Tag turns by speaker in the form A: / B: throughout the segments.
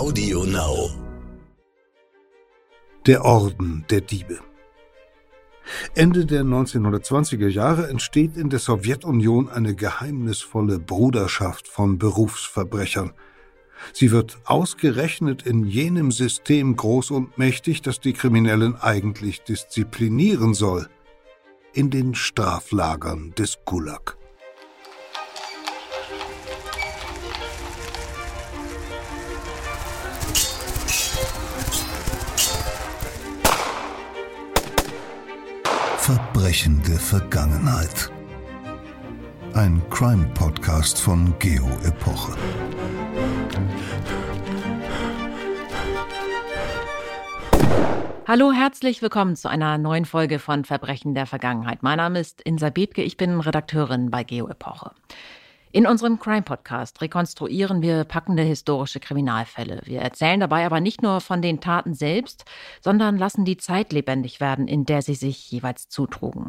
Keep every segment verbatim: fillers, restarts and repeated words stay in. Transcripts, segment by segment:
A: Audio Now.
B: Der Orden der Diebe. Ende der neunzehnhundertzwanziger Jahre entsteht in der Sowjetunion eine geheimnisvolle Bruderschaft von Berufsverbrechern. Sie wird ausgerechnet in jenem System groß und mächtig, das die Kriminellen eigentlich disziplinieren soll. In den Straflagern des Gulag. Verbrechende Vergangenheit. Ein Crime-Podcast von Geo Epoche.
C: Hallo, herzlich willkommen zu einer neuen Folge von Verbrechen der Vergangenheit. Mein Name ist Insa Bethke, ich bin Redakteurin bei Geo Epoche. In unserem Crime-Podcast rekonstruieren wir packende historische Kriminalfälle. Wir erzählen dabei aber nicht nur von den Taten selbst, sondern lassen die Zeit lebendig werden, in der sie sich jeweils zutrugen.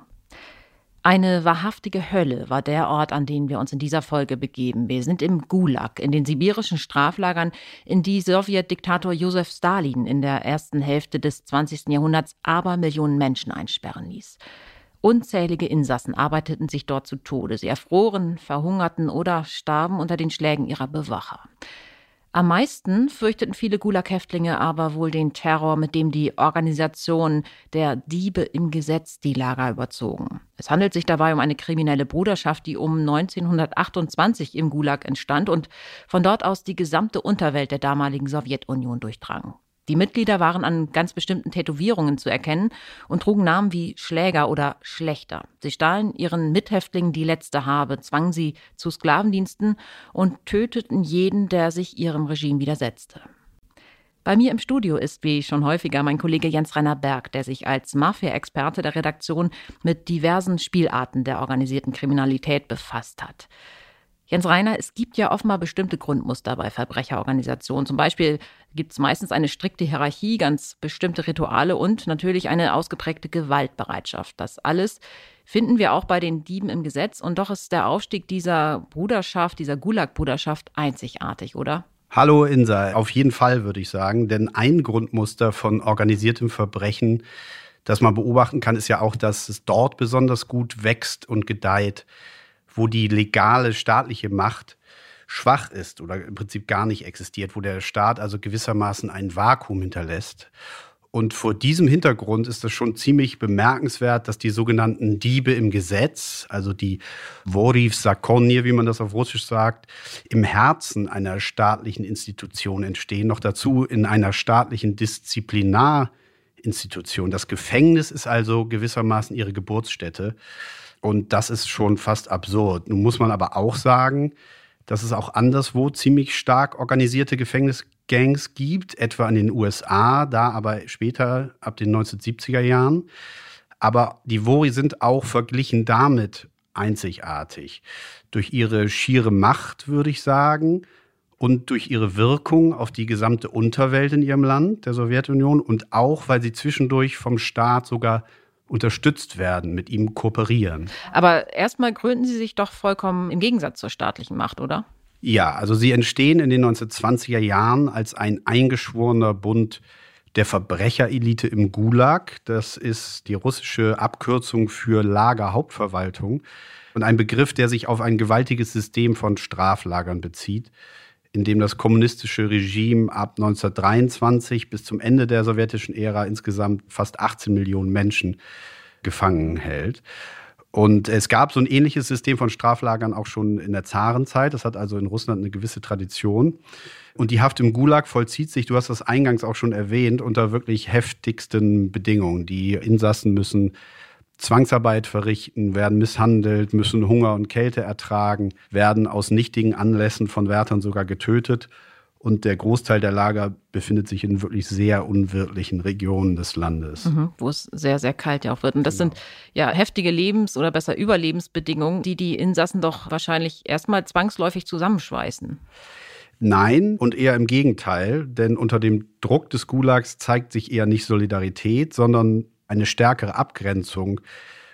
C: Eine wahrhaftige Hölle war der Ort, an den wir uns in dieser Folge begeben. Wir sind im Gulag, in den sibirischen Straflagern, in die Sowjetdiktator Josef Stalin in der ersten Hälfte des zwanzigsten Jahrhunderts Abermillionen Menschen einsperren ließ. Unzählige Insassen arbeiteten sich dort zu Tode. Sie erfroren, verhungerten oder starben unter den Schlägen ihrer Bewacher. Am meisten fürchteten viele Gulag-Häftlinge aber wohl den Terror, mit dem die Organisation der Diebe im Gesetz die Lager überzogen. Es handelt sich dabei um eine kriminelle Bruderschaft, die um neunzehnhundertachtundzwanzig im Gulag entstand und von dort aus die gesamte Unterwelt der damaligen Sowjetunion durchdrang. Die Mitglieder waren an ganz bestimmten Tätowierungen zu erkennen und trugen Namen wie Schläger oder Schlächter. Sie stahlen ihren Mithäftlingen die letzte Habe, zwangen sie zu Sklavendiensten und töteten jeden, der sich ihrem Regime widersetzte. Bei mir im Studio ist, wie schon häufiger, mein Kollege Jens-Rainer Berg, der sich als Mafia-Experte der Redaktion mit diversen Spielarten der organisierten Kriminalität befasst hat. Jens-Rainer, es gibt ja offenbar bestimmte Grundmuster bei Verbrecherorganisationen. Zum Beispiel gibt es meistens eine strikte Hierarchie, ganz bestimmte Rituale und natürlich eine ausgeprägte Gewaltbereitschaft. Das alles finden wir auch bei den Dieben im Gesetz. Und doch ist der Aufstieg dieser Bruderschaft, dieser Gulag-Bruderschaft einzigartig, oder?
D: Hallo Insa, auf jeden Fall würde ich sagen. Denn ein Grundmuster von organisiertem Verbrechen, das man beobachten kann, ist ja auch, dass es dort besonders gut wächst und gedeiht, wo die legale staatliche Macht schwach ist oder im Prinzip gar nicht existiert, wo der Staat also gewissermaßen ein Vakuum hinterlässt. Und vor diesem Hintergrund ist es schon ziemlich bemerkenswert, dass die sogenannten Diebe im Gesetz, also die Wori w zakonie, wie man das auf Russisch sagt, im Herzen einer staatlichen Institution entstehen, noch dazu in einer staatlichen Disziplinarinstitution. Das Gefängnis ist also gewissermaßen ihre Geburtsstätte. Und das ist schon fast absurd. Nun muss man aber auch sagen, dass es auch anderswo ziemlich stark organisierte Gefängnisgangs gibt, etwa in den U S A, da aber später ab den neunzehnhundertsiebziger Jahren. Aber die Wori sind auch verglichen damit einzigartig. Durch ihre schiere Macht, würde ich sagen, und durch ihre Wirkung auf die gesamte Unterwelt in ihrem Land, der Sowjetunion, und auch, weil sie zwischendurch vom Staat sogar unterstützt werden, mit ihm kooperieren.
C: Aber erstmal gründen sie sich doch vollkommen im Gegensatz zur staatlichen Macht, oder?
D: Ja, also sie entstehen in den neunzehnhundertzwanziger Jahren als ein eingeschworener Bund der Verbrecherelite im Gulag. Das ist die russische Abkürzung für Lagerhauptverwaltung und ein Begriff, der sich auf ein gewaltiges System von Straflagern bezieht, in dem das kommunistische Regime ab neunzehnhundertdreiundzwanzig bis zum Ende der sowjetischen Ära insgesamt fast achtzehn Millionen Menschen gefangen hält. Und es gab so ein ähnliches System von Straflagern auch schon in der Zarenzeit. Das hat also in Russland eine gewisse Tradition. Und die Haft im Gulag vollzieht sich, du hast das eingangs auch schon erwähnt, unter wirklich heftigsten Bedingungen. Die Insassen müssen Zwangsarbeit verrichten, werden misshandelt, müssen Hunger und Kälte ertragen, werden aus nichtigen Anlässen von Wärtern sogar getötet. Und der Großteil der Lager befindet sich in wirklich sehr unwirtlichen Regionen des Landes.
C: Mhm, wo es sehr, sehr kalt ja auch wird. Und das genau. sind ja heftige Lebens- oder besser Überlebensbedingungen, die die Insassen doch wahrscheinlich erstmal zwangsläufig zusammenschweißen.
D: Nein, und eher im Gegenteil. Denn unter dem Druck des Gulags zeigt sich eher nicht Solidarität, sondern eine stärkere Abgrenzung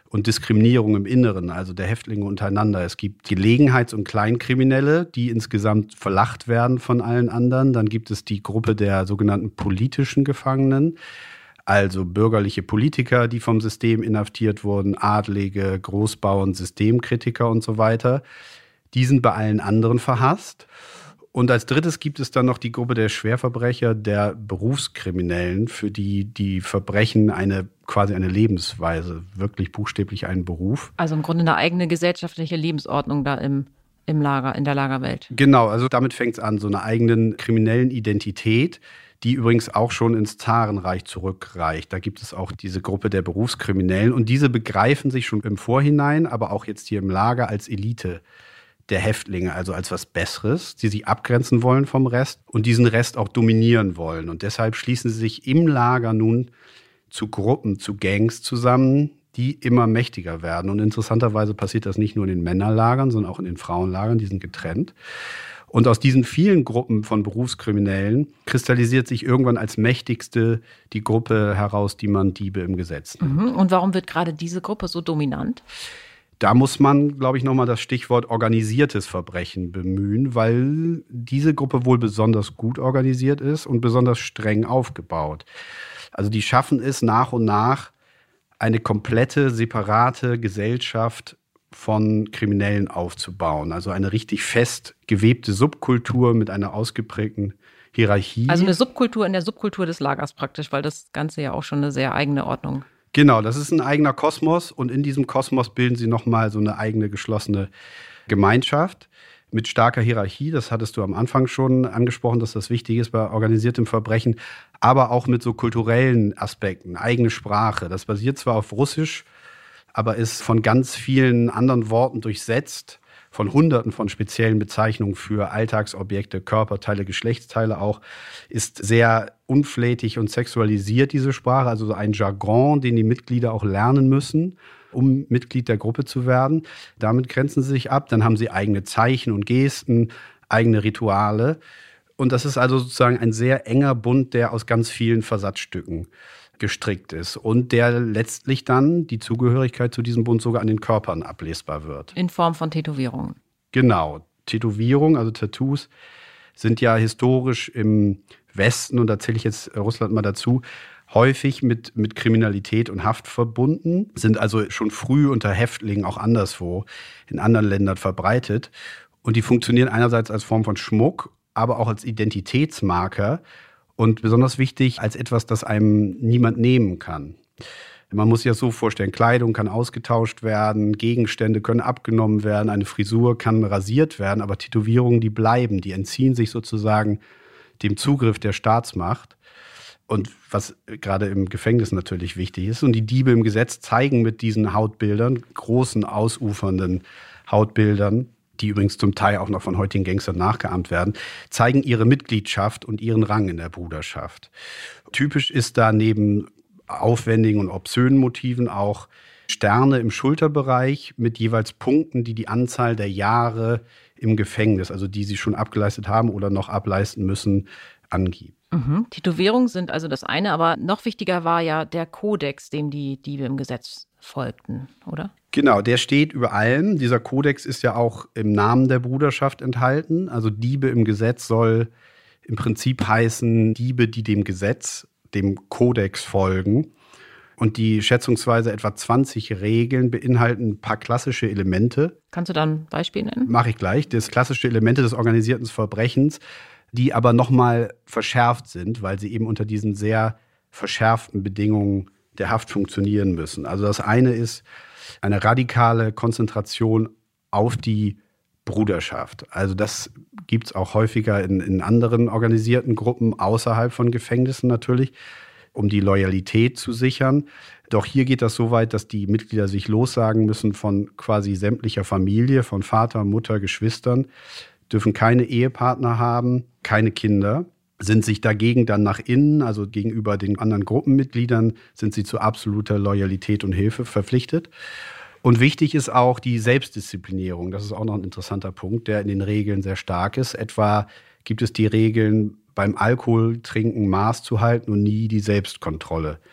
D: und Diskriminierung im Inneren, also der Häftlinge untereinander. Es gibt Gelegenheits- und Kleinkriminelle, die insgesamt verlacht werden von allen anderen. Dann gibt es die Gruppe der sogenannten politischen Gefangenen, also bürgerliche Politiker, die vom System inhaftiert wurden, Adlige, Großbauern, Systemkritiker und so weiter. Die sind bei allen anderen verhasst. Und als drittes gibt es dann noch die Gruppe der Schwerverbrecher, der Berufskriminellen, für die die Verbrechen eine quasi eine Lebensweise, wirklich buchstäblich einen Beruf.
C: Also im Grunde eine eigene gesellschaftliche Lebensordnung da im, im Lager, in der Lagerwelt.
D: Genau, also damit fängt es an, so einer eigenen kriminellen Identität, die übrigens auch schon ins Zarenreich zurückreicht. Da gibt es auch diese Gruppe der Berufskriminellen und diese begreifen sich schon im Vorhinein, aber auch jetzt hier im Lager als Elite der Häftlinge, also als was Besseres, die sich abgrenzen wollen vom Rest und diesen Rest auch dominieren wollen. Und deshalb schließen sie sich im Lager nun zu Gruppen, zu Gangs zusammen, die immer mächtiger werden. Und interessanterweise passiert das nicht nur in den Männerlagern, sondern auch in den Frauenlagern, die sind getrennt. Und aus diesen vielen Gruppen von Berufskriminellen kristallisiert sich irgendwann als mächtigste die Gruppe heraus, die man Diebe im Gesetz nennt.
C: Mhm. Und warum wird gerade diese Gruppe so dominant?
D: Da muss man, glaube ich, nochmal das Stichwort organisiertes Verbrechen bemühen, weil diese Gruppe wohl besonders gut organisiert ist und besonders streng aufgebaut. Also die schaffen es nach und nach, eine komplette, separate Gesellschaft von Kriminellen aufzubauen. Also eine richtig fest gewebte Subkultur mit einer ausgeprägten Hierarchie.
C: Also eine Subkultur in der Subkultur des Lagers praktisch, weil das Ganze ja auch schon eine sehr eigene Ordnung.
D: Genau, das ist ein eigener Kosmos und in diesem Kosmos bilden sie nochmal so eine eigene geschlossene Gemeinschaft mit starker Hierarchie. Das hattest du am Anfang schon angesprochen, dass das wichtig ist bei organisiertem Verbrechen, aber auch mit so kulturellen Aspekten, eigene Sprache. Das basiert zwar auf Russisch, aber ist von ganz vielen anderen Worten durchsetzt, von Hunderten von speziellen Bezeichnungen für Alltagsobjekte, Körperteile, Geschlechtsteile auch, ist sehr unflätig und sexualisiert, diese Sprache, also so ein Jargon, den die Mitglieder auch lernen müssen, um Mitglied der Gruppe zu werden. Damit grenzen sie sich ab, dann haben sie eigene Zeichen und Gesten, eigene Rituale. Und das ist also sozusagen ein sehr enger Bund, der aus ganz vielen Versatzstücken gestrickt ist und der letztlich dann die Zugehörigkeit zu diesem Bund sogar an den Körpern ablesbar wird.
C: In Form von Tätowierungen.
D: Genau. Tätowierungen, also Tattoos, sind ja historisch im Westen, und da zähle ich jetzt Russland mal dazu, häufig mit, mit Kriminalität und Haft verbunden, sind also schon früh unter Häftlingen auch anderswo in anderen Ländern verbreitet. Und die funktionieren einerseits als Form von Schmuck, aber auch als Identitätsmarker. Und besonders wichtig als etwas, das einem niemand nehmen kann. Man muss sich das so vorstellen, Kleidung kann ausgetauscht werden, Gegenstände können abgenommen werden, eine Frisur kann rasiert werden, aber Tätowierungen, die bleiben, die entziehen sich sozusagen dem Zugriff der Staatsmacht. Und was gerade im Gefängnis natürlich wichtig ist. Und die Diebe im Gesetz zeigen mit diesen Hautbildern, großen, ausufernden Hautbildern, die übrigens zum Teil auch noch von heutigen Gangstern nachgeahmt werden, zeigen ihre Mitgliedschaft und ihren Rang in der Bruderschaft. Typisch ist da neben aufwendigen und obszönen Motiven auch Sterne im Schulterbereich mit jeweils Punkten, die die Anzahl der Jahre im Gefängnis, also die sie schon abgeleistet haben oder noch ableisten müssen, angibt.
C: Mhm. Tätowierungen sind also das eine, aber noch wichtiger war ja der Kodex, dem die Diebe im Gesetz folgten, oder?
D: Genau, der steht über allem. Dieser Kodex ist ja auch im Namen der Bruderschaft enthalten. Also Diebe im Gesetz soll im Prinzip heißen Diebe, die dem Gesetz, dem Kodex folgen. Und die schätzungsweise etwa zwanzig Regeln beinhalten ein paar klassische Elemente.
C: Kannst du da ein Beispiel nennen?
D: Mache ich gleich. Das klassische Elemente des organisierten Verbrechens, die aber nochmal verschärft sind, weil sie eben unter diesen sehr verschärften Bedingungen der Haft funktionieren müssen. Also das eine ist eine radikale Konzentration auf die Bruderschaft. Also das gibt es auch häufiger in, in anderen organisierten Gruppen außerhalb von Gefängnissen natürlich, um die Loyalität zu sichern. Doch hier geht das so weit, dass die Mitglieder sich lossagen müssen von quasi sämtlicher Familie, von Vater, Mutter, Geschwistern, dürfen keine Ehepartner haben, keine Kinder, sind sich dagegen dann nach innen, also gegenüber den anderen Gruppenmitgliedern, sind sie zu absoluter Loyalität und Hilfe verpflichtet. Und wichtig ist auch die Selbstdisziplinierung. Das ist auch noch ein interessanter Punkt, der in den Regeln sehr stark ist. Etwa gibt es die Regeln, beim Alkoholtrinken Maß zu halten und nie die Selbstkontrolle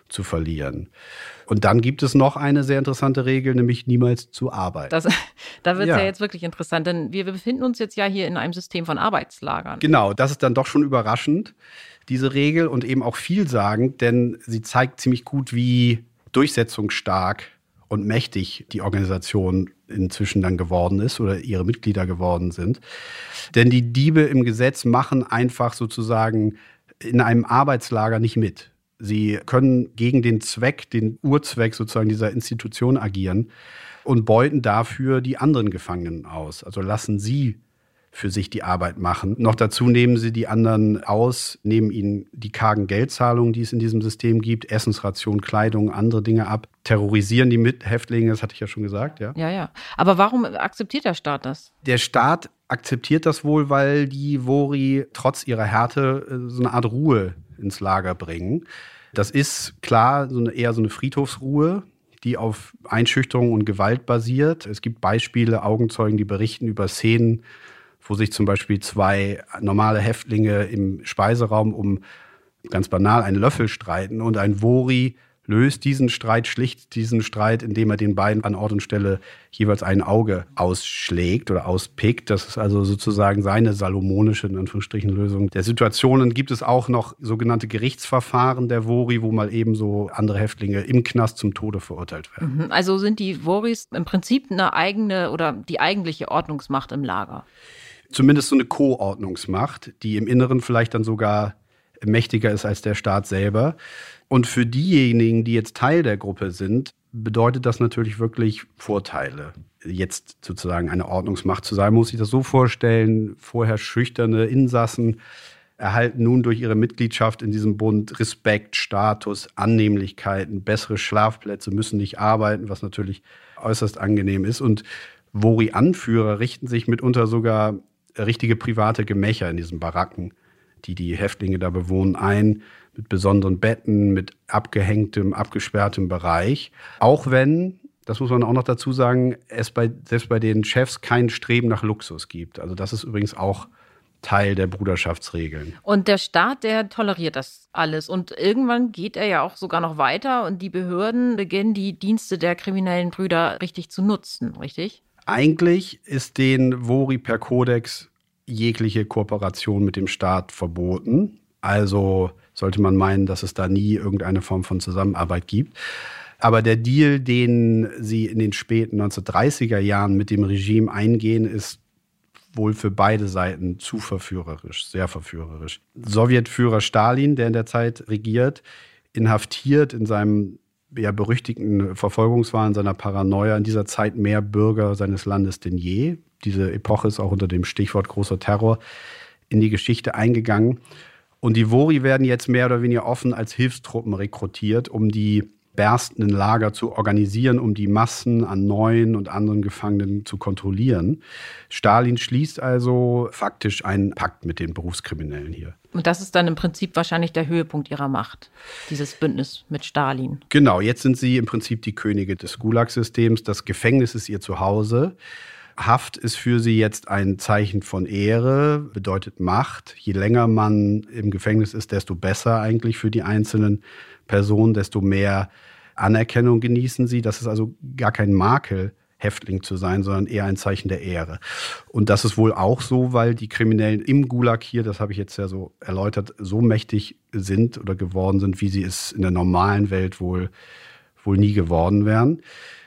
D: zu verlieren. Und dann gibt es noch eine sehr interessante Regel, nämlich niemals zu arbeiten.
C: Das, da wird es
D: Ja.
C: ja jetzt wirklich interessant, denn wir befinden uns jetzt ja hier in einem System von Arbeitslagern.
D: Genau, das ist dann doch schon überraschend, diese Regel, und eben auch vielsagend, denn sie zeigt ziemlich gut, wie durchsetzungsstark und mächtig die Organisation inzwischen dann geworden ist oder ihre Mitglieder geworden sind. Denn die Diebe im Gesetz machen einfach sozusagen in einem Arbeitslager nicht mit. Sie können gegen den Zweck, den Urzweck sozusagen dieser Institution agieren und beuten dafür die anderen Gefangenen aus. Also lassen sie für sich die Arbeit machen. Noch dazu nehmen sie die anderen aus, nehmen ihnen die kargen Geldzahlungen, die es in diesem System gibt, Essensration, Kleidung, andere Dinge ab, terrorisieren die Mithäftlinge, das hatte ich ja schon gesagt. Ja,
C: Ja, ja. Aber warum akzeptiert der Staat das?
D: Der Staat akzeptiert das wohl, weil die Wori trotz ihrer Härte so eine Art Ruhe ins Lager bringen. Das ist klar so eine, eher so eine Friedhofsruhe, die auf Einschüchterung und Gewalt basiert. Es gibt Beispiele, Augenzeugen, die berichten über Szenen, wo sich zum Beispiel zwei normale Häftlinge im Speiseraum um ganz banal einen Löffel streiten und ein Wori löst diesen Streit, schlicht diesen Streit, indem er den beiden an Ort und Stelle jeweils ein Auge ausschlägt oder auspickt. Das ist also sozusagen seine salomonische, in Anführungsstrichen, Lösung der Situationen. Gibt es auch noch sogenannte Gerichtsverfahren der Wori, wo mal eben so andere Häftlinge im Knast zum Tode verurteilt werden.
C: Mhm. Also sind die Woris im Prinzip eine eigene oder die eigentliche Ordnungsmacht im Lager?
D: Zumindest so eine Co-Ordnungsmacht, die im Inneren vielleicht dann sogar mächtiger ist als der Staat selber. Und für diejenigen, die jetzt Teil der Gruppe sind, bedeutet das natürlich wirklich Vorteile. Jetzt sozusagen eine Ordnungsmacht zu sein, muss ich das so vorstellen. Vorher schüchterne Insassen erhalten nun durch ihre Mitgliedschaft in diesem Bund Respekt, Status, Annehmlichkeiten, bessere Schlafplätze, müssen nicht arbeiten, was natürlich äußerst angenehm ist. Und Wori-Anführer richten sich mitunter sogar richtige private Gemächer in diesen Baracken, die die Häftlinge da bewohnen, ein, mit besonderen Betten, mit abgehängtem, abgesperrtem Bereich. Auch wenn, das muss man auch noch dazu sagen, es bei, selbst bei den Chefs kein Streben nach Luxus gibt. Also das ist übrigens auch Teil der Bruderschaftsregeln.
C: Und der Staat, der toleriert das alles. Und irgendwann geht er ja auch sogar noch weiter und die Behörden beginnen, die Dienste der kriminellen Brüder richtig zu nutzen, richtig?
D: Eigentlich ist den Wori per Kodex jegliche Kooperation mit dem Staat verboten. Also sollte man meinen, dass es da nie irgendeine Form von Zusammenarbeit gibt. Aber der Deal, den sie in den späten neunzehnhundertdreißiger Jahren mit dem Regime eingehen, ist wohl für beide Seiten zu verführerisch, sehr verführerisch. Sowjetführer Stalin, der in der Zeit regiert, inhaftiert in seinem ja, berüchtigten Verfolgungswahn, seiner Paranoia in dieser Zeit mehr Bürger seines Landes denn je. Diese Epoche ist auch unter dem Stichwort großer Terror in die Geschichte eingegangen. Und die Wori werden jetzt mehr oder weniger offen als Hilfstruppen rekrutiert, um die berstenden Lager zu organisieren, um die Massen an neuen und anderen Gefangenen zu kontrollieren. Stalin schließt also faktisch einen Pakt mit den Berufskriminellen hier.
C: Und das ist dann im Prinzip wahrscheinlich der Höhepunkt ihrer Macht, dieses Bündnis mit Stalin.
D: Genau, jetzt sind sie im Prinzip die Könige des Gulag-Systems. Das Gefängnis ist ihr Zuhause. Haft ist für sie jetzt ein Zeichen von Ehre, bedeutet Macht. Je länger man im Gefängnis ist, desto besser eigentlich für die einzelnen Personen, desto mehr Anerkennung genießen sie. Das ist also gar kein Makel, Häftling zu sein, sondern eher ein Zeichen der Ehre. Und das ist wohl auch so, weil die Kriminellen im Gulag hier, das habe ich jetzt ja so erläutert, so mächtig sind oder geworden sind, wie sie es in der normalen Welt wohl, wohl nie geworden wären.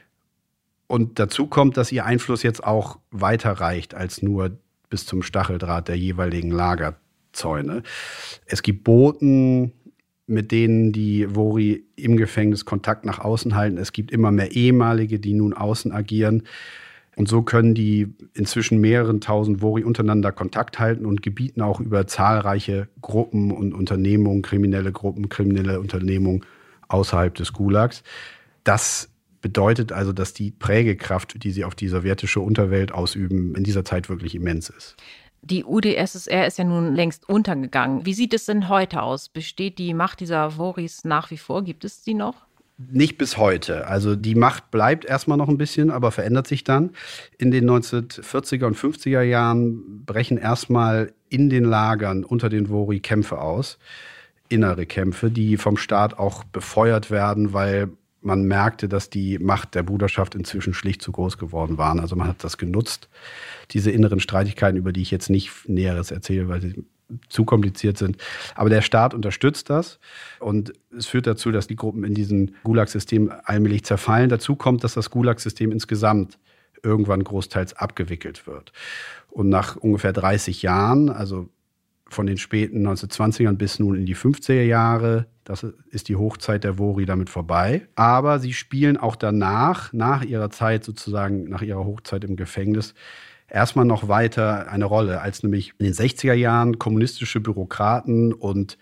D: Und dazu kommt, dass ihr Einfluss jetzt auch weiter reicht als nur bis zum Stacheldraht der jeweiligen Lagerzäune. Es gibt Boten, mit denen die Wori im Gefängnis Kontakt nach außen halten. Es gibt immer mehr Ehemalige, die nun außen agieren. Und so können die inzwischen mehreren tausend Wori untereinander Kontakt halten und gebieten auch über zahlreiche Gruppen und Unternehmungen, kriminelle Gruppen, kriminelle Unternehmungen außerhalb des Gulags. Das bedeutet also, dass die Prägekraft, die sie auf die sowjetische Unterwelt ausüben, in dieser Zeit wirklich immens ist.
C: Die U d S S R ist ja nun längst untergegangen. Wie sieht es denn heute aus? Besteht die Macht dieser Woris nach wie vor? Gibt es sie noch?
D: Nicht bis heute. Also die Macht bleibt erstmal noch ein bisschen, aber verändert sich dann. In den neunzehnhundertvierziger und fünfziger Jahren brechen erstmal in den Lagern unter den Wori Kämpfe aus. innere Kämpfe, die vom Staat auch befeuert werden, weil man merkte, dass die Macht der Bruderschaft inzwischen schlicht zu groß geworden waren. Also man hat das genutzt, diese inneren Streitigkeiten, über die ich jetzt nicht Näheres erzähle, weil sie zu kompliziert sind. Aber der Staat unterstützt das und es führt dazu, dass die Gruppen in diesem Gulag-System allmählich zerfallen. Dazu kommt, dass das Gulag-System insgesamt irgendwann großteils abgewickelt wird. Und nach ungefähr dreißig Jahren, also von den späten neunzehnhundertzwanzigern bis nun in die fünfziger Jahre, das ist die Hochzeit der Wori damit vorbei. Aber sie spielen auch danach, nach ihrer Zeit sozusagen, nach ihrer Hochzeit im Gefängnis, erstmal noch weiter eine Rolle, als nämlich in den sechziger Jahren kommunistische Bürokraten und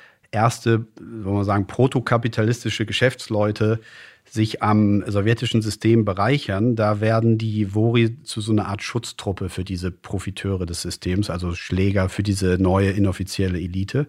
D: erste, wollen wir sagen, protokapitalistische Geschäftsleute sich am sowjetischen System bereichern. Da werden die Wori zu so einer Art Schutztruppe für diese Profiteure des Systems, also Schläger für diese neue inoffizielle Elite.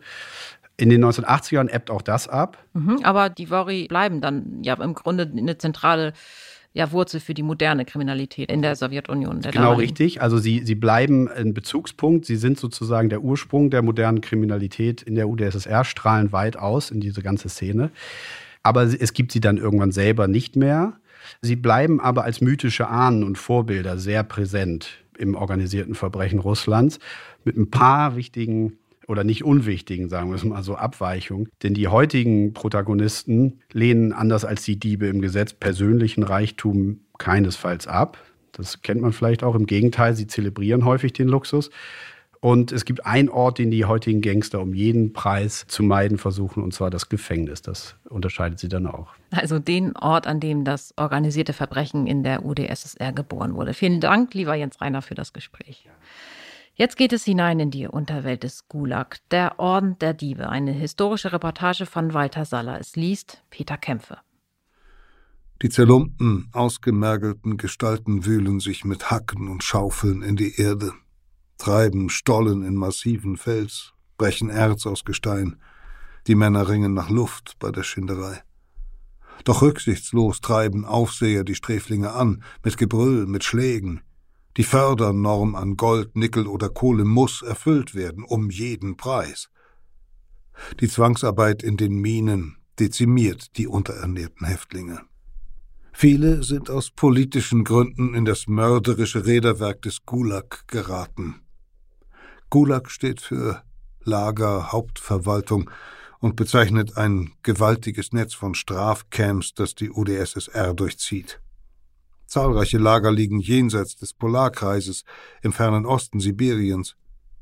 D: In den neunzehnhundertachtzigern ebbt auch das ab.
C: Mhm, aber die Wori bleiben dann ja im Grunde eine zentrale ja, Wurzel für die moderne Kriminalität in der Sowjetunion. Der
D: genau
C: damaligen.
D: Richtig. Also sie, sie bleiben ein Bezugspunkt. Sie sind sozusagen der Ursprung der modernen Kriminalität in der U d S S R, strahlen weit aus in diese ganze Szene. Aber es gibt sie dann irgendwann selber nicht mehr. Sie bleiben aber als mythische Ahnen und Vorbilder sehr präsent im organisierten Verbrechen Russlands mit ein paar wichtigen oder nicht unwichtigen, sagen wir es mal so, Abweichungen. Denn die heutigen Protagonisten lehnen anders als die Diebe im Gesetz persönlichen Reichtum keinesfalls ab. Das kennt man vielleicht auch. Im Gegenteil, sie zelebrieren häufig den Luxus. Und es gibt einen Ort, den die heutigen Gangster um jeden Preis zu meiden versuchen, und zwar das Gefängnis. Das unterscheidet sie dann auch.
C: Also den Ort, an dem das organisierte Verbrechen in der U d S S R geboren wurde. Vielen Dank, lieber Jens Reiner, für das Gespräch. Jetzt geht es hinein in die Unterwelt des Gulag. Der Orden der Diebe, eine historische Reportage von Walter Saller. Es liest Peter Kämpfe.
B: Die zerlumpten, ausgemergelten Gestalten wühlen sich mit Hacken und Schaufeln in die Erde, treiben Stollen in massiven Fels, brechen Erz aus Gestein. Die Männer ringen nach Luft bei der Schinderei. Doch rücksichtslos treiben Aufseher die Sträflinge an, mit Gebrüll, mit Schlägen. Die Fördernorm an Gold, Nickel oder Kohle muss erfüllt werden, um jeden Preis. Die Zwangsarbeit in den Minen dezimiert die unterernährten Häftlinge. Viele sind aus politischen Gründen in das mörderische Räderwerk des Gulag geraten. Gulag steht für Lager, Hauptverwaltung und bezeichnet ein gewaltiges Netz von Strafcamps, das die U d S S R durchzieht. Zahlreiche Lager liegen jenseits des Polarkreises im fernen Osten Sibiriens.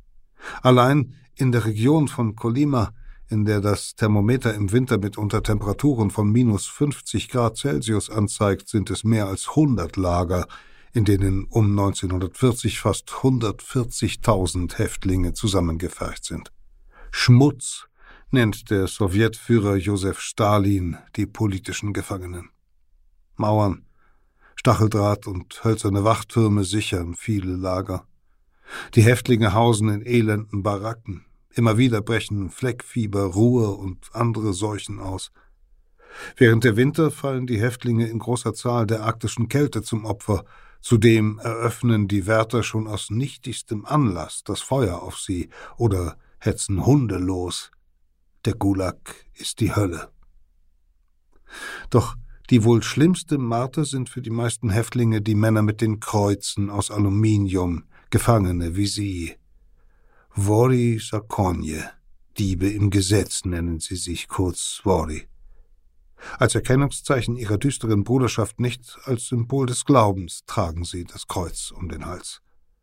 B: Allein in der Region von Kolyma, in der das Thermometer im Winter mitunter Temperaturen von minus fünfzig Grad Celsius anzeigt, sind es mehr als hundert Lager, in denen um neunzehnhundertvierzig fast hundertvierzigtausend Häftlinge zusammengefercht sind. Schmutz nennt der Sowjetführer Josef Stalin die politischen Gefangenen. Mauern, Stacheldraht und hölzerne Wachtürme sichern viele Lager. Die Häftlinge hausen in elenden Baracken. Immer wieder brechen Fleckfieber, Ruhr und andere Seuchen aus. Während der Winter fallen die Häftlinge in großer Zahl der arktischen Kälte zum Opfer. Zudem eröffnen die Wärter schon aus nichtigstem Anlass das Feuer auf sie oder hetzen Hunde los. Der Gulag ist die Hölle. Doch die wohl schlimmste Marter sind für die meisten Häftlinge die Männer mit den Kreuzen aus Aluminium, Gefangene wie sie. Wori Zakonje, Diebe im Gesetz nennen sie sich, kurz Wori. Als Erkennungszeichen ihrer düsteren Bruderschaft, nicht als Symbol des Glaubens, tragen sie das Kreuz um den Hals.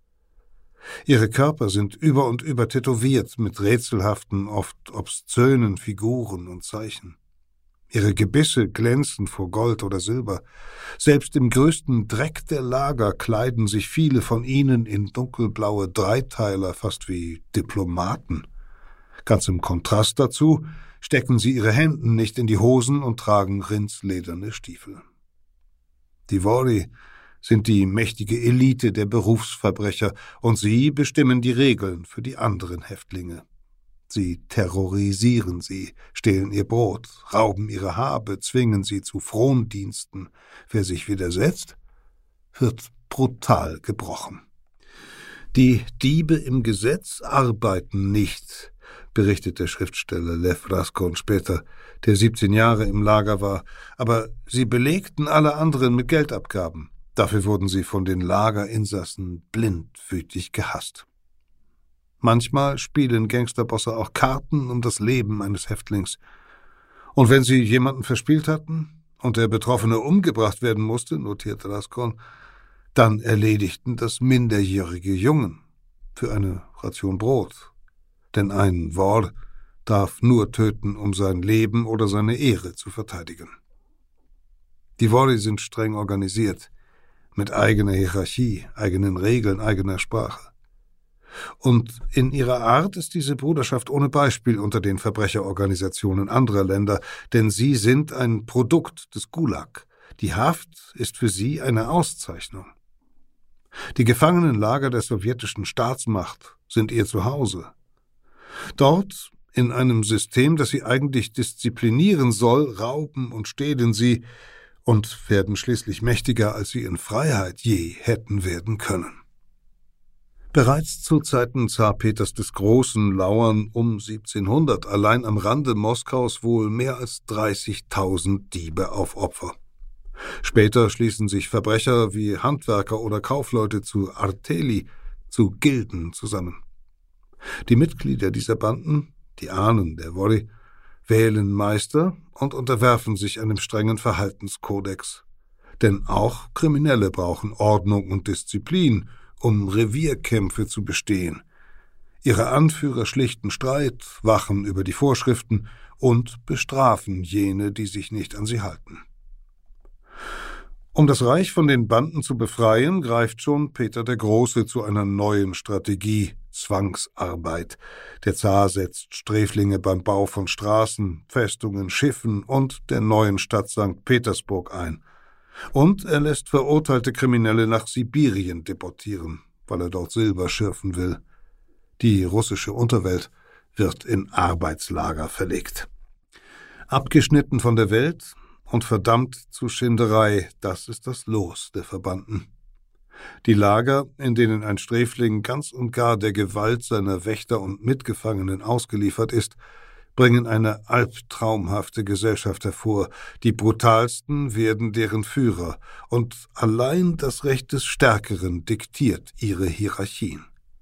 B: Ihre Körper sind über und über tätowiert mit rätselhaften, oft obszönen Figuren und Zeichen. Ihre Gebisse glänzen vor Gold oder Silber. Selbst im größten Dreck der Lager kleiden sich viele von ihnen in dunkelblaue Dreiteiler, fast wie Diplomaten. Ganz im Kontrast dazu stecken sie ihre Hände nicht in die Hosen und tragen rindslederne Stiefel. Die Wori sind die mächtige Elite der Berufsverbrecher, und sie bestimmen die Regeln für die anderen Häftlinge. Sie terrorisieren sie, stehlen ihr Brot, rauben ihre Habe, zwingen sie zu Frondiensten. Wer sich widersetzt, wird brutal gebrochen. Die Diebe im Gesetz arbeiten nicht, berichtet der Schriftsteller Lew Raskon später, der siebzehn Jahre im Lager war, aber sie belegten alle anderen mit Geldabgaben. Dafür wurden sie von den Lagerinsassen blindwütig gehasst. Manchmal spielen Gangsterbosse auch Karten um das Leben eines Häftlings. Und wenn sie jemanden verspielt hatten und der Betroffene umgebracht werden musste, notierte Raskon, dann erledigten das minderjährige Jungen für eine Ration Brot. Denn ein Wor darf nur töten, um sein Leben oder seine Ehre zu verteidigen. Die Wori sind streng organisiert, mit eigener Hierarchie, eigenen Regeln, eigener Sprache. Und in ihrer Art ist diese Bruderschaft ohne Beispiel unter den Verbrecherorganisationen anderer Länder, denn sie sind ein Produkt des Gulag. Die Haft ist für sie eine Auszeichnung. Die Gefangenenlager der sowjetischen Staatsmacht sind ihr Zuhause. Dort, in einem System, das sie eigentlich disziplinieren soll, rauben und stehlen sie und werden schließlich mächtiger, als sie in Freiheit je hätten werden können. Bereits zu Zeiten Zar Peters des Großen lauern um siebzehnhundert allein am Rande Moskaus wohl mehr als dreißigtausend Diebe auf Opfer. Später schließen sich Verbrecher wie Handwerker oder Kaufleute zu Arteli, zu Gilden zusammen. Die Mitglieder dieser Banden, die Ahnen der Wori, wählen Meister und unterwerfen sich einem strengen Verhaltenskodex. Denn auch Kriminelle brauchen Ordnung und Disziplin, um Revierkämpfe zu bestehen. Ihre Anführer schlichten Streit, wachen über die Vorschriften und bestrafen jene, die sich nicht an sie halten. Um das Reich von den Banden zu befreien, greift schon Peter der Große zu einer neuen Strategie, Zwangsarbeit. Der Zar setzt Sträflinge beim Bau von Straßen, Festungen, Schiffen und der neuen Stadt Sankt Petersburg ein. Und er lässt verurteilte Kriminelle nach Sibirien deportieren, weil er dort Silber schürfen will. Die russische Unterwelt wird in Arbeitslager verlegt. Abgeschnitten von der Welt und verdammt zu Schinderei, das ist das Los der Verbannten. Die Lager, in denen ein Sträfling ganz und gar der Gewalt seiner Wächter und Mitgefangenen ausgeliefert ist, bringen eine albtraumhafte Gesellschaft hervor. Die brutalsten werden deren Führer, und allein das Recht des Stärkeren diktiert ihre Hierarchien.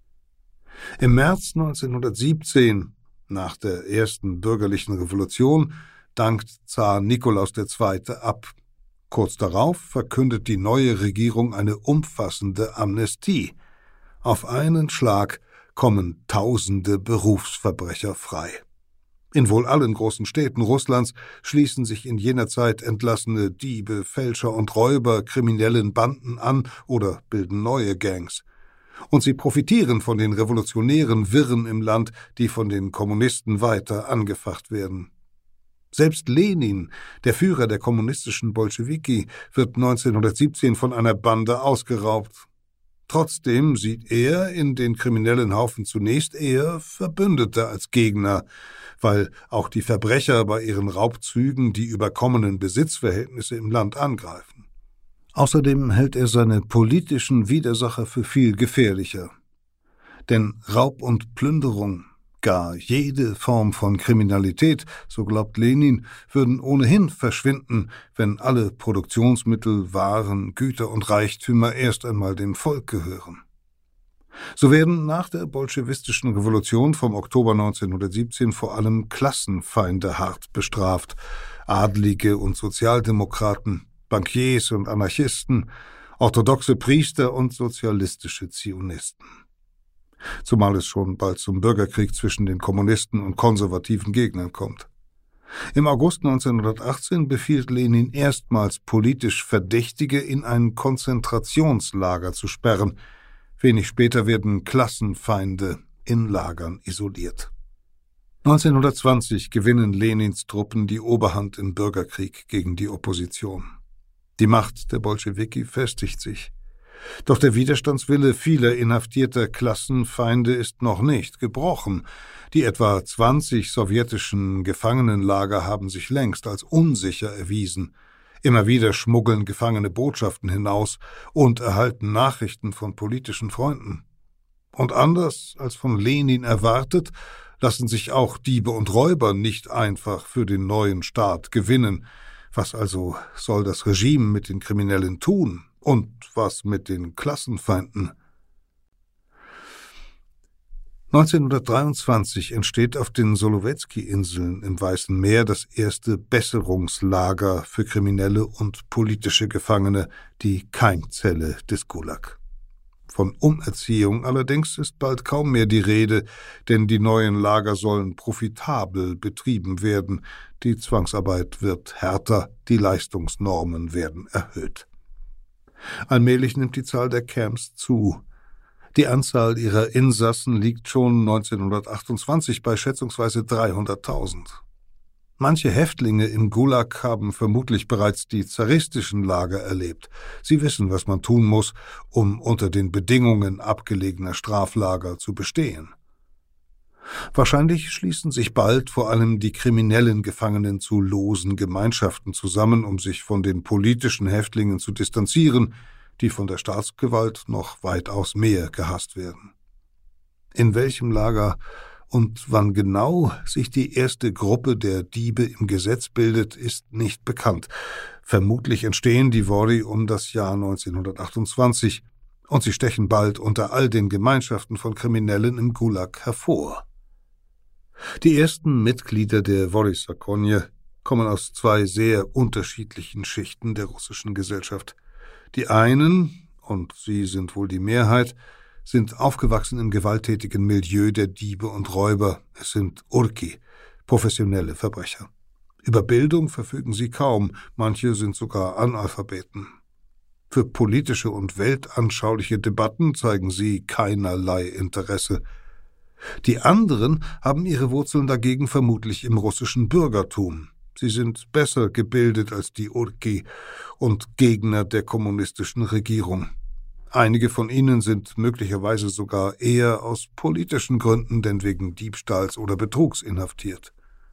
B: Im März neunzehnhundertsiebzehn, nach der ersten bürgerlichen Revolution, dankt Zar Nikolaus der Zweite ab. Kurz darauf verkündet die neue Regierung eine umfassende Amnestie. Auf einen Schlag kommen tausende Berufsverbrecher frei. In wohl allen großen Städten Russlands schließen sich in jener Zeit entlassene Diebe, Fälscher und Räuber kriminellen Banden an oder bilden neue Gangs. Und sie profitieren von den revolutionären Wirren im Land, die von den Kommunisten weiter angefacht werden. Selbst Lenin, der Führer der kommunistischen Bolschewiki, wird neunzehnhundertsiebzehn von einer Bande ausgeraubt. Trotzdem sieht er in den kriminellen Haufen zunächst eher Verbündete als Gegner, weil auch die Verbrecher bei ihren Raubzügen die überkommenen Besitzverhältnisse im Land angreifen. Außerdem hält er seine politischen Widersacher für viel gefährlicher. Denn Raub und Plünderung, gar jede Form von Kriminalität, so glaubt Lenin, würden ohnehin verschwinden, wenn alle Produktionsmittel, Waren, Güter und Reichtümer erst einmal dem Volk gehören. So werden nach der bolschewistischen Revolution vom Oktober neunzehnhundertsiebzehn vor allem Klassenfeinde hart bestraft, Adlige und Sozialdemokraten, Bankiers und Anarchisten, orthodoxe Priester und sozialistische Zionisten. Zumal es schon bald zum Bürgerkrieg zwischen den Kommunisten und konservativen Gegnern kommt. Im August neunzehnhundertachtzehn befiehlt Lenin erstmals politisch Verdächtige in ein Konzentrationslager zu sperren. Wenig später werden Klassenfeinde in Lagern isoliert. neunzehnhundertzwanzig gewinnen Lenins Truppen die Oberhand im Bürgerkrieg gegen die Opposition. Die Macht der Bolschewiki festigt sich. Doch der Widerstandswille vieler inhaftierter Klassenfeinde ist noch nicht gebrochen. Die etwa zwanzig sowjetischen Gefangenenlager haben sich längst als unsicher erwiesen. Immer wieder schmuggeln Gefangene Botschaften hinaus und erhalten Nachrichten von politischen Freunden. Und anders als von Lenin erwartet, lassen sich auch Diebe und Räuber nicht einfach für den neuen Staat gewinnen. Was also soll das Regime mit den Kriminellen tun? Und was mit den Klassenfeinden? neunzehnhundertdreiundzwanzig entsteht auf den Solowezki-Inseln im Weißen Meer das erste Besserungslager für Kriminelle und politische Gefangene, die Keimzelle des Gulag. Von Umerziehung allerdings ist bald kaum mehr die Rede, denn die neuen Lager sollen profitabel betrieben werden, die Zwangsarbeit wird härter, die Leistungsnormen werden erhöht. Allmählich nimmt die Zahl der Camps zu. Die Anzahl ihrer Insassen liegt schon neunzehnhundertachtundzwanzig bei schätzungsweise dreihunderttausend. Manche Häftlinge im Gulag haben vermutlich bereits die zaristischen Lager erlebt. Sie wissen, was man tun muss, um unter den Bedingungen abgelegener Straflager zu bestehen. Wahrscheinlich schließen sich bald vor allem die kriminellen Gefangenen zu losen Gemeinschaften zusammen, um sich von den politischen Häftlingen zu distanzieren, die von der Staatsgewalt noch weitaus mehr gehasst werden. In welchem Lager und wann genau sich die erste Gruppe der Diebe im Gesetz bildet, ist nicht bekannt. Vermutlich entstehen die Wori um das Jahr neunzehnhundertachtundzwanzig und sie stechen bald unter all den Gemeinschaften von Kriminellen im Gulag hervor. Die ersten Mitglieder der Wori-Zakonje kommen aus zwei sehr unterschiedlichen Schichten der russischen Gesellschaft. Die einen, und sie sind wohl die Mehrheit, sind aufgewachsen im gewalttätigen Milieu der Diebe und Räuber. Es sind Urki, professionelle Verbrecher. Über Bildung verfügen sie kaum, manche sind sogar Analphabeten. Für politische und weltanschauliche Debatten zeigen sie keinerlei Interesse. Die anderen haben ihre Wurzeln dagegen vermutlich im russischen Bürgertum. Sie sind besser gebildet als die Urki und Gegner der kommunistischen Regierung. Einige von ihnen sind möglicherweise sogar eher aus politischen Gründen denn wegen Diebstahls oder Betrugs inhaftiert.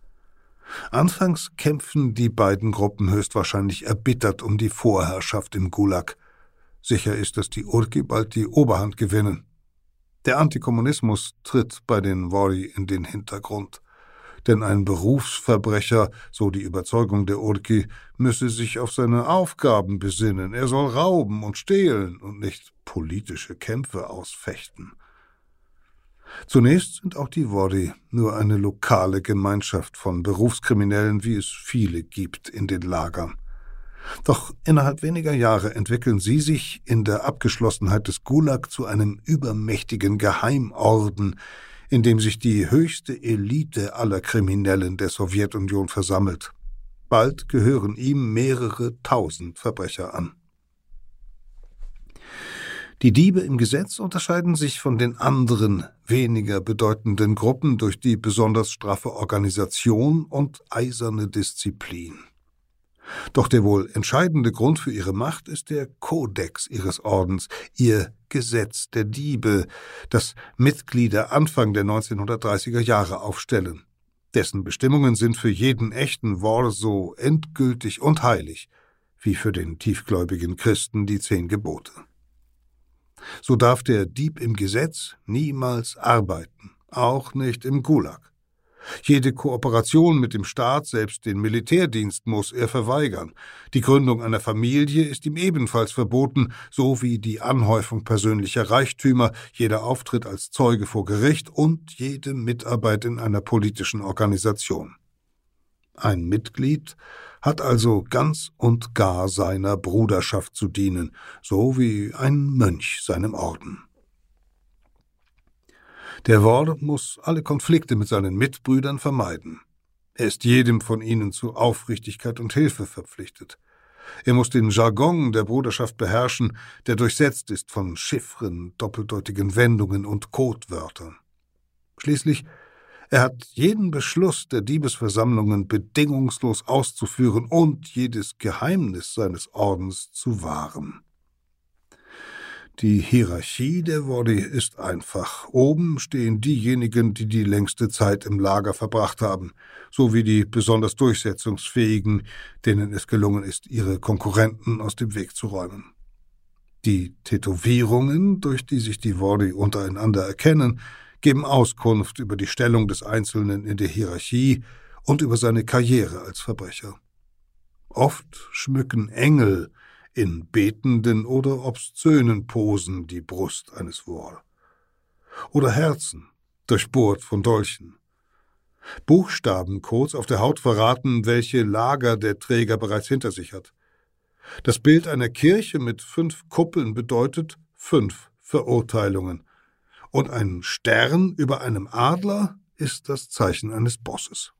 B: Anfangs kämpfen die beiden Gruppen höchstwahrscheinlich erbittert um die Vorherrschaft im Gulag. Sicher ist, dass die Urki bald die Oberhand gewinnen. Der Antikommunismus tritt bei den Wori in den Hintergrund. Denn ein Berufsverbrecher, so die Überzeugung der Urki, müsse sich auf seine Aufgaben besinnen. Er soll rauben und stehlen und nicht politische Kämpfe ausfechten. Zunächst sind auch die Wori nur eine lokale Gemeinschaft von Berufskriminellen, wie es viele gibt in den Lagern. Doch innerhalb weniger Jahre entwickeln sie sich in der Abgeschlossenheit des Gulag zu einem übermächtigen Geheimorden, in dem sich die höchste Elite aller Kriminellen der Sowjetunion versammelt. Bald gehören ihm mehrere tausend Verbrecher an. Die Diebe im Gesetz unterscheiden sich von den anderen, weniger bedeutenden Gruppen durch die besonders straffe Organisation und eiserne Disziplin. Doch der wohl entscheidende Grund für ihre Macht ist der Kodex ihres Ordens, ihr Gesetz der Diebe, das Mitglieder Anfang der neunzehnhundertdreißiger Jahre aufstellen. Dessen Bestimmungen sind für jeden echten Wor so endgültig und heilig, wie für den tiefgläubigen Christen die zehn Gebote. So darf der Dieb im Gesetz niemals arbeiten, auch nicht im Gulag. Jede Kooperation mit dem Staat, selbst den Militärdienst, muss er verweigern. Die Gründung einer Familie ist ihm ebenfalls verboten, sowie die Anhäufung persönlicher Reichtümer, jeder Auftritt als Zeuge vor Gericht und jede Mitarbeit in einer politischen Organisation. Ein Mitglied hat also ganz und gar seiner Bruderschaft zu dienen, so wie ein Mönch seinem Orden. Der Wor muss alle Konflikte mit seinen Mitbrüdern vermeiden. Er ist jedem von ihnen zu Aufrichtigkeit und Hilfe verpflichtet. Er muss den Jargon der Bruderschaft beherrschen, der durchsetzt ist von Chiffren, doppeldeutigen Wendungen und Codewörtern. Schließlich, er hat jeden Beschluss der Diebesversammlungen bedingungslos auszuführen und jedes Geheimnis seines Ordens zu wahren. Die Hierarchie der Wori ist einfach. Oben stehen diejenigen, die die längste Zeit im Lager verbracht haben, sowie die besonders Durchsetzungsfähigen, denen es gelungen ist, ihre Konkurrenten aus dem Weg zu räumen. Die Tätowierungen, durch die sich die Wori untereinander erkennen, geben Auskunft über die Stellung des Einzelnen in der Hierarchie und über seine Karriere als Verbrecher. Oft schmücken Engel in betenden oder obszönen Posen die Brust eines Wall. Oder Herzen, durchbohrt von Dolchen. Buchstabencodes auf der Haut verraten, welche Lager der Träger bereits hinter sich hat. Das Bild einer Kirche mit fünf Kuppeln bedeutet fünf Verurteilungen. Und ein Stern über einem Adler ist das Zeichen eines Bosses.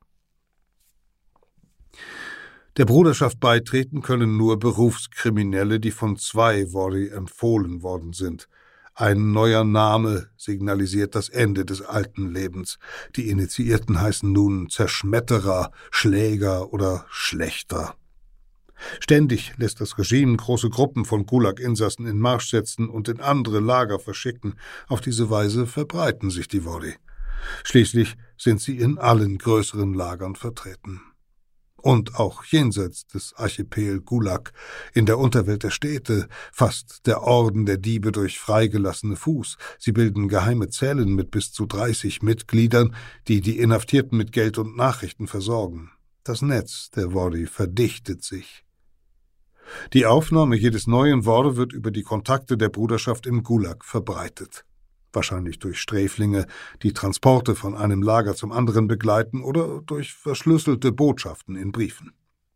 B: Der Bruderschaft beitreten können nur Berufskriminelle, die von zwei Wori empfohlen worden sind. Ein neuer Name signalisiert das Ende des alten Lebens. Die Initiierten heißen nun Zerschmetterer, Schläger oder Schlächter. Ständig lässt das Regime große Gruppen von Gulag-Insassen in Marsch setzen und in andere Lager verschicken. Auf diese Weise verbreiten sich die Wori. Schließlich sind sie in allen größeren Lagern vertreten. Und auch jenseits des Archipel Gulag, in der Unterwelt der Städte, fasst der Orden der Diebe durch Freigelassene Fuß. Sie bilden geheime Zellen mit bis zu dreißig Mitgliedern, die die Inhaftierten mit Geld und Nachrichten versorgen. Das Netz der Wori verdichtet sich. Die Aufnahme jedes neuen Wori wird über die Kontakte der Bruderschaft im Gulag verbreitet. Wahrscheinlich durch Sträflinge, die Transporte von einem Lager zum anderen begleiten oder durch verschlüsselte Botschaften in Briefen.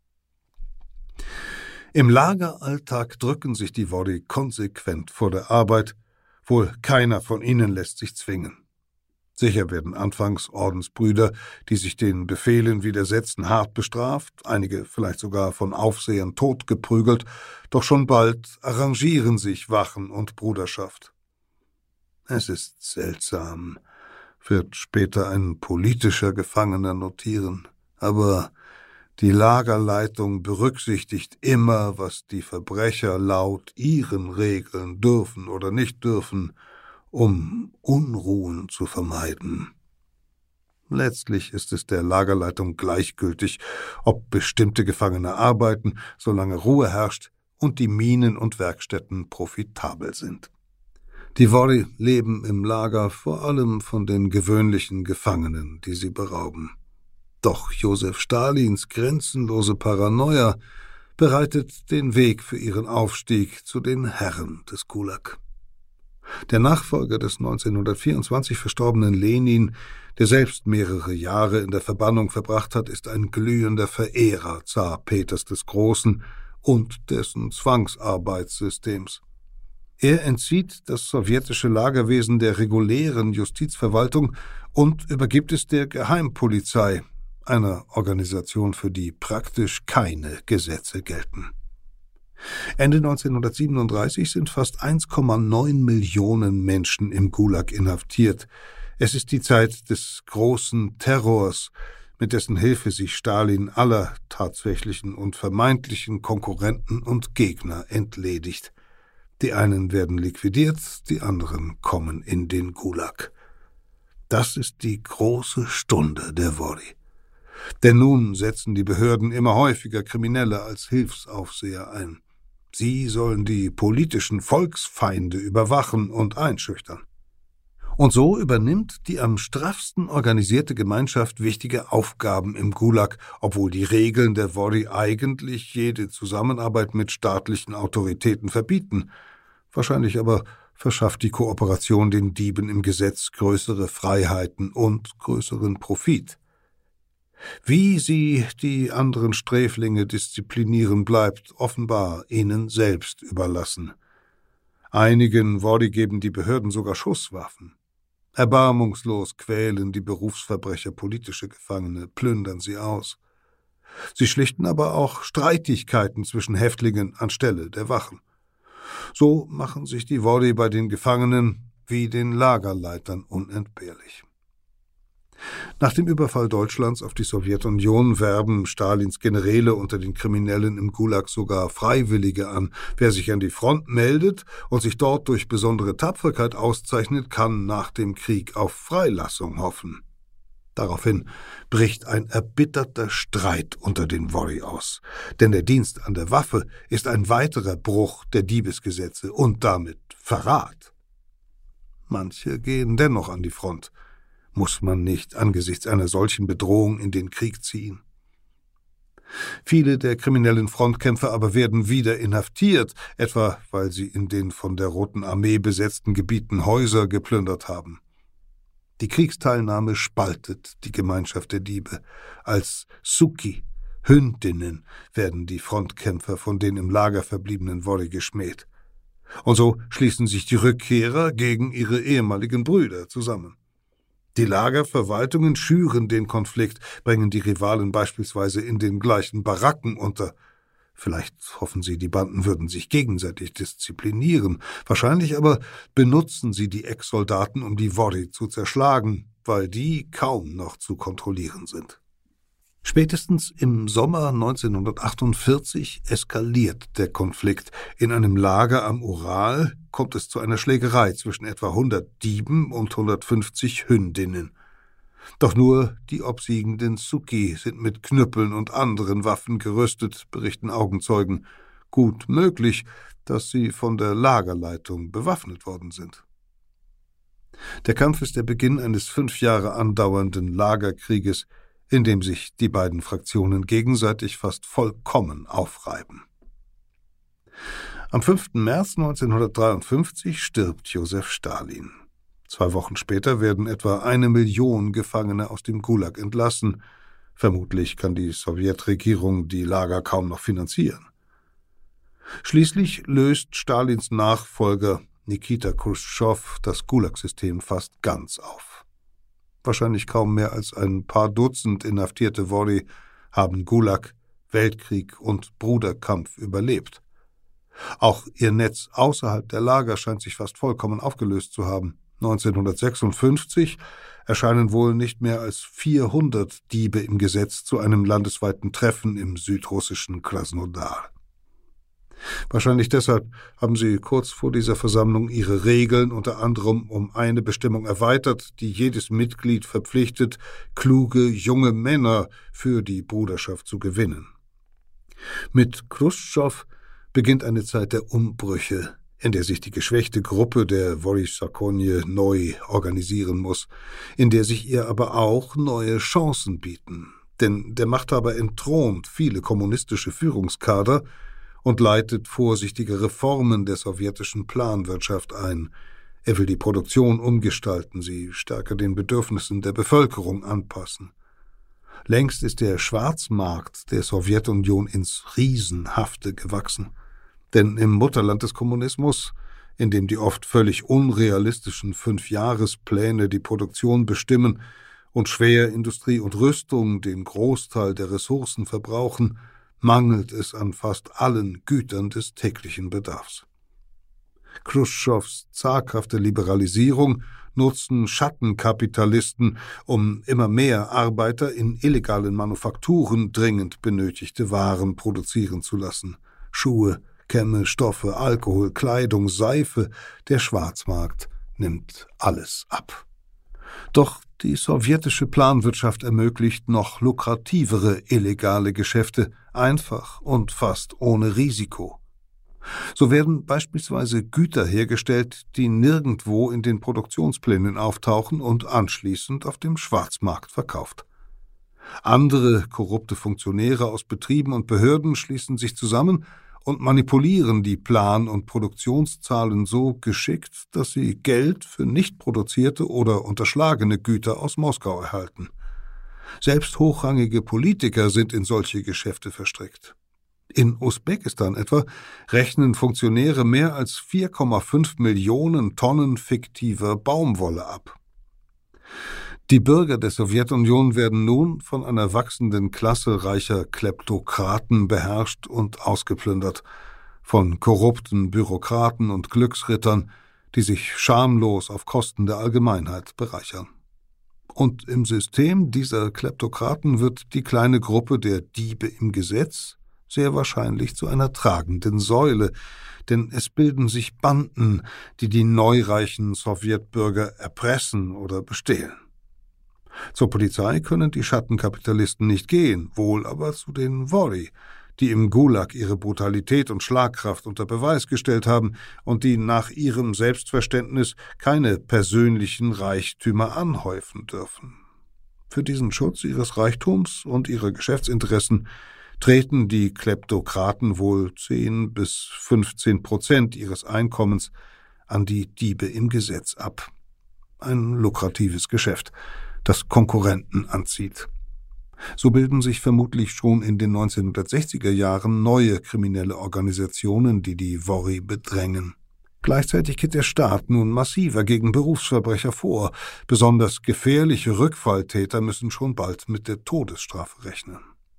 B: Im Lageralltag drücken sich die Wori konsequent vor der Arbeit, wohl keiner von ihnen lässt sich zwingen. Sicher werden anfangs Ordensbrüder, die sich den Befehlen widersetzen, hart bestraft, einige vielleicht sogar von Aufsehern totgeprügelt, doch schon bald arrangieren sich Wachen und Bruderschaft. Es ist seltsam, wird später ein politischer Gefangener notieren, aber die Lagerleitung berücksichtigt immer, was die Verbrecher laut ihren Regeln dürfen oder nicht dürfen, um Unruhen zu vermeiden. Letztlich ist es der Lagerleitung gleichgültig, ob bestimmte Gefangene arbeiten, solange Ruhe herrscht und die Minen und Werkstätten profitabel sind. Die Wori leben im Lager vor allem von den gewöhnlichen Gefangenen, die sie berauben. Doch Josef Stalins grenzenlose Paranoia bereitet den Weg für ihren Aufstieg zu den Herren des Gulag. Der Nachfolger des neunzehnhundertvierundzwanzig verstorbenen Lenin, der selbst mehrere Jahre in der Verbannung verbracht hat, ist ein glühender Verehrer Zar Peters des Großen und dessen Zwangsarbeitssystems. Er entzieht das sowjetische Lagerwesen der regulären Justizverwaltung und übergibt es der Geheimpolizei, einer Organisation, für die praktisch keine Gesetze gelten. Ende neunzehnhundertsiebenunddreißig sind fast eins Komma neun Millionen Menschen im Gulag inhaftiert. Es ist die Zeit des großen Terrors, mit dessen Hilfe sich Stalin aller tatsächlichen und vermeintlichen Konkurrenten und Gegner entledigt. Die einen werden liquidiert, die anderen kommen in den Gulag. Das ist die große Stunde der Wori. Denn nun setzen die Behörden immer häufiger Kriminelle als Hilfsaufseher ein. Sie sollen die politischen Volksfeinde überwachen und einschüchtern. Und so übernimmt die am straffsten organisierte Gemeinschaft wichtige Aufgaben im Gulag, obwohl die Regeln der Wori eigentlich jede Zusammenarbeit mit staatlichen Autoritäten verbieten. Wahrscheinlich aber verschafft die Kooperation den Dieben im Gesetz größere Freiheiten und größeren Profit. Wie sie die anderen Sträflinge disziplinieren, bleibt offenbar ihnen selbst überlassen. Einigen Wori geben die Behörden sogar Schusswaffen. Erbarmungslos quälen die Berufsverbrecher politische Gefangene, plündern sie aus. Sie schlichten aber auch Streitigkeiten zwischen Häftlingen anstelle der Wachen. So machen sich die Wori bei den Gefangenen wie den Lagerleitern unentbehrlich. Nach dem Überfall Deutschlands auf die Sowjetunion werben Stalins Generäle unter den Kriminellen im Gulag sogar Freiwillige an. Wer sich an die Front meldet und sich dort durch besondere Tapferkeit auszeichnet, kann nach dem Krieg auf Freilassung hoffen. Daraufhin bricht ein erbitterter Streit unter den Wori aus, denn der Dienst an der Waffe ist ein weiterer Bruch der Diebesgesetze und damit Verrat. manche gehen dennoch an die Front. Muss man nicht angesichts einer solchen Bedrohung in den Krieg ziehen? Viele der kriminellen Frontkämpfer aber werden wieder inhaftiert, etwa weil sie in den von der Roten Armee besetzten Gebieten Häuser geplündert haben. Die Kriegsteilnahme spaltet die Gemeinschaft der Diebe. Als Suki, Hündinnen, werden die Frontkämpfer von den im Lager verbliebenen Wori geschmäht. Und so schließen sich die Rückkehrer gegen ihre ehemaligen Brüder zusammen. Die Lagerverwaltungen schüren den Konflikt, bringen die Rivalen beispielsweise in den gleichen Baracken unter. Vielleicht hoffen sie, die Banden würden sich gegenseitig disziplinieren. Wahrscheinlich aber benutzen sie die Ex-Soldaten, um die Wori zu zerschlagen, weil die kaum noch zu kontrollieren sind. Spätestens im Sommer neunzehnhundertachtundvierzig eskaliert der Konflikt. In einem Lager am Ural kommt es zu einer Schlägerei zwischen etwa hundert Dieben und hundertfünfzig Hündinnen. Doch nur die obsiegenden Suki sind mit Knüppeln und anderen Waffen gerüstet, berichten Augenzeugen. Gut möglich, dass sie von der Lagerleitung bewaffnet worden sind. Der Kampf ist der Beginn eines fünf Jahre andauernden Lagerkrieges, in dem sich die beiden Fraktionen gegenseitig fast vollkommen aufreiben. Am fünften März neunzehnhundertdreiundfünfzig stirbt Josef Stalin. Zwei Wochen später werden etwa eine Million Gefangene aus dem Gulag entlassen. Vermutlich kann die Sowjetregierung die Lager kaum noch finanzieren. Schließlich löst Stalins Nachfolger Nikita Chruschtschow das Gulag-System fast ganz auf. Wahrscheinlich kaum mehr als ein paar Dutzend inhaftierte Wori haben Gulag, Weltkrieg und Bruderkampf überlebt. Auch ihr Netz außerhalb der Lager scheint sich fast vollkommen aufgelöst zu haben. neunzehnhundertsechsundfünfzig erscheinen wohl nicht mehr als vierhundert Diebe im Gesetz zu einem landesweiten Treffen im südrussischen Krasnodar. Wahrscheinlich deshalb haben sie kurz vor dieser Versammlung ihre Regeln unter anderem um eine Bestimmung erweitert, die jedes Mitglied verpflichtet, kluge junge Männer für die Bruderschaft zu gewinnen. Mit Chruschtschow beginnt eine Zeit der Umbrüche, in der sich die geschwächte Gruppe der Wori-Sakonje neu organisieren muss, in der sich ihr aber auch neue Chancen bieten. Denn der Machthaber entthront viele kommunistische Führungskader und leitet vorsichtige Reformen der sowjetischen Planwirtschaft ein. Er will die Produktion umgestalten, sie stärker den Bedürfnissen der Bevölkerung anpassen. Längst ist der Schwarzmarkt der Sowjetunion ins Riesenhafte gewachsen. Denn im Mutterland des Kommunismus, in dem die oft völlig unrealistischen Fünfjahrespläne die Produktion bestimmen und Schwerindustrie und Rüstung den Großteil der Ressourcen verbrauchen, mangelt es an fast allen Gütern des täglichen Bedarfs. Chruschtschows zaghafte Liberalisierung nutzen Schattenkapitalisten, um immer mehr Arbeiter in illegalen Manufakturen dringend benötigte Waren produzieren zu lassen. Schuhe, Kämme, Stoffe, Alkohol, Kleidung, Seife, der Schwarzmarkt nimmt alles ab. Doch die sowjetische Planwirtschaft ermöglicht noch lukrativere illegale Geschäfte, einfach und fast ohne Risiko. So werden beispielsweise Güter hergestellt, die nirgendwo in den Produktionsplänen auftauchen und anschließend auf dem Schwarzmarkt verkauft. Andere korrupte Funktionäre aus Betrieben und Behörden schließen sich zusammen und manipulieren die Plan- und Produktionszahlen so geschickt, dass sie Geld für nicht produzierte oder unterschlagene Güter aus Moskau erhalten. Selbst hochrangige Politiker sind in solche Geschäfte verstrickt. In Usbekistan etwa rechnen Funktionäre mehr als vier Komma fünf Millionen Tonnen fiktiver Baumwolle ab. Die Bürger der Sowjetunion werden nun von einer wachsenden Klasse reicher Kleptokraten beherrscht und ausgeplündert, von korrupten Bürokraten und Glücksrittern, die sich schamlos auf Kosten der Allgemeinheit bereichern. Und im System dieser Kleptokraten wird die kleine Gruppe der Diebe im Gesetz sehr wahrscheinlich zu einer tragenden Säule, denn es bilden sich Banden, die die neureichen Sowjetbürger erpressen oder bestehlen. Zur Polizei können die Schattenkapitalisten nicht gehen, wohl aber zu den Wori, die im Gulag ihre Brutalität und Schlagkraft unter Beweis gestellt haben und die nach ihrem Selbstverständnis keine persönlichen Reichtümer anhäufen dürfen. Für diesen Schutz ihres Reichtums und ihrer Geschäftsinteressen treten die Kleptokraten wohl zehn bis fünfzehn Prozent ihres Einkommens an die Diebe im Gesetz ab. Ein lukratives Geschäft, das Konkurrenten anzieht. So bilden sich vermutlich schon in den neunzehnhundertsechziger Jahren neue kriminelle Organisationen, die die Worry bedrängen. Gleichzeitig geht der Staat nun massiver gegen Berufsverbrecher vor. Besonders gefährliche Rückfalltäter müssen schon bald mit der Todesstrafe rechnen.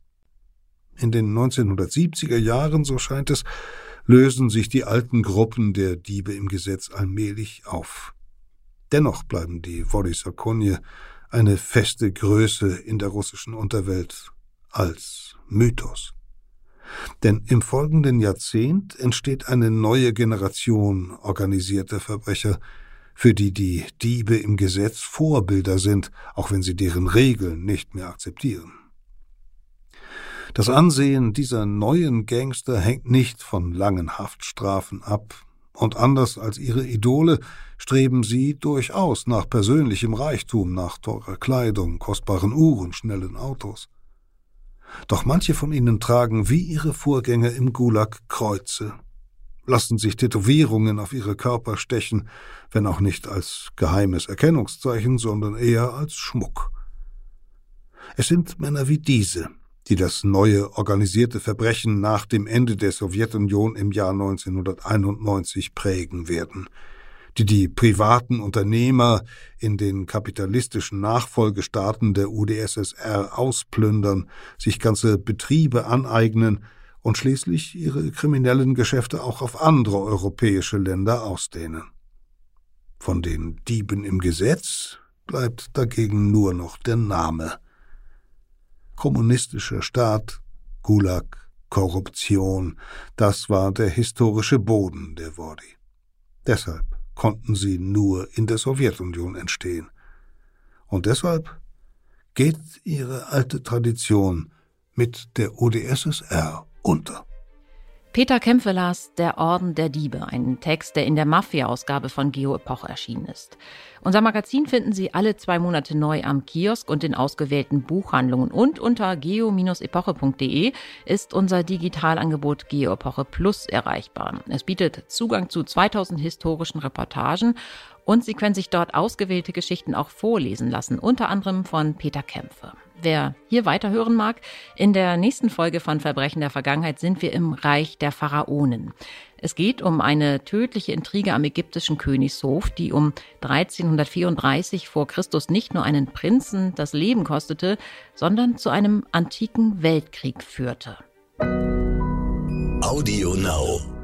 B: In den neunzehnhundertsiebziger Jahren, so scheint es, lösen sich die alten Gruppen der Diebe im Gesetz allmählich auf. Dennoch bleiben die Worry-Zakonje eine feste Größe in der russischen Unterwelt als Mythos. Denn im folgenden Jahrzehnt entsteht eine neue Generation organisierter Verbrecher, für die die Diebe im Gesetz Vorbilder sind, auch wenn sie deren Regeln nicht mehr akzeptieren. Das Ansehen dieser neuen Gangster hängt nicht von langen Haftstrafen ab, und anders als ihre Idole streben sie durchaus nach persönlichem Reichtum, nach teurer Kleidung, kostbaren Uhren, schnellen Autos. Doch manche von ihnen tragen wie ihre Vorgänger im Gulag Kreuze, lassen sich Tätowierungen auf ihre Körper stechen, wenn auch nicht als geheimes Erkennungszeichen, sondern eher als Schmuck. Es sind Männer wie diese, die das neue organisierte Verbrechen nach dem Ende der Sowjetunion im Jahr neunzehnhunderteinundneunzig prägen werden, die die privaten Unternehmer in den kapitalistischen Nachfolgestaaten der U d S S R ausplündern, sich ganze Betriebe aneignen und schließlich ihre kriminellen Geschäfte auch auf andere europäische Länder ausdehnen. Von den Dieben im Gesetz bleibt dagegen nur noch der Name. Kommunistischer Staat, Gulag, Korruption, das war der historische Boden der Worry. Deshalb konnten sie nur in der Sowjetunion entstehen. Und deshalb geht ihre alte Tradition mit der U d S S R unter.
C: Peter Kempfe las Der Orden der Diebe, einen Text, der in der Mafia-Ausgabe von Geo-Epoche erschienen ist. Unser Magazin finden Sie alle zwei Monate neu am Kiosk und in ausgewählten Buchhandlungen. Und unter geo Bindestrich epoche punkt de ist unser Digitalangebot Geo-Epoche Plus erreichbar. Es bietet Zugang zu zweitausend historischen Reportagen und Sie können sich dort ausgewählte Geschichten auch vorlesen lassen, unter anderem von Peter Kempfe. Wer hier weiterhören mag, in der nächsten Folge von Verbrechen der Vergangenheit sind wir im Reich der Pharaonen. Es geht um eine tödliche Intrige am ägyptischen Königshof, die um dreizehnhundertvierunddreißig vor Christus nicht nur einen Prinzen das Leben kostete, sondern zu einem antiken Weltkrieg führte.
A: Audio Now.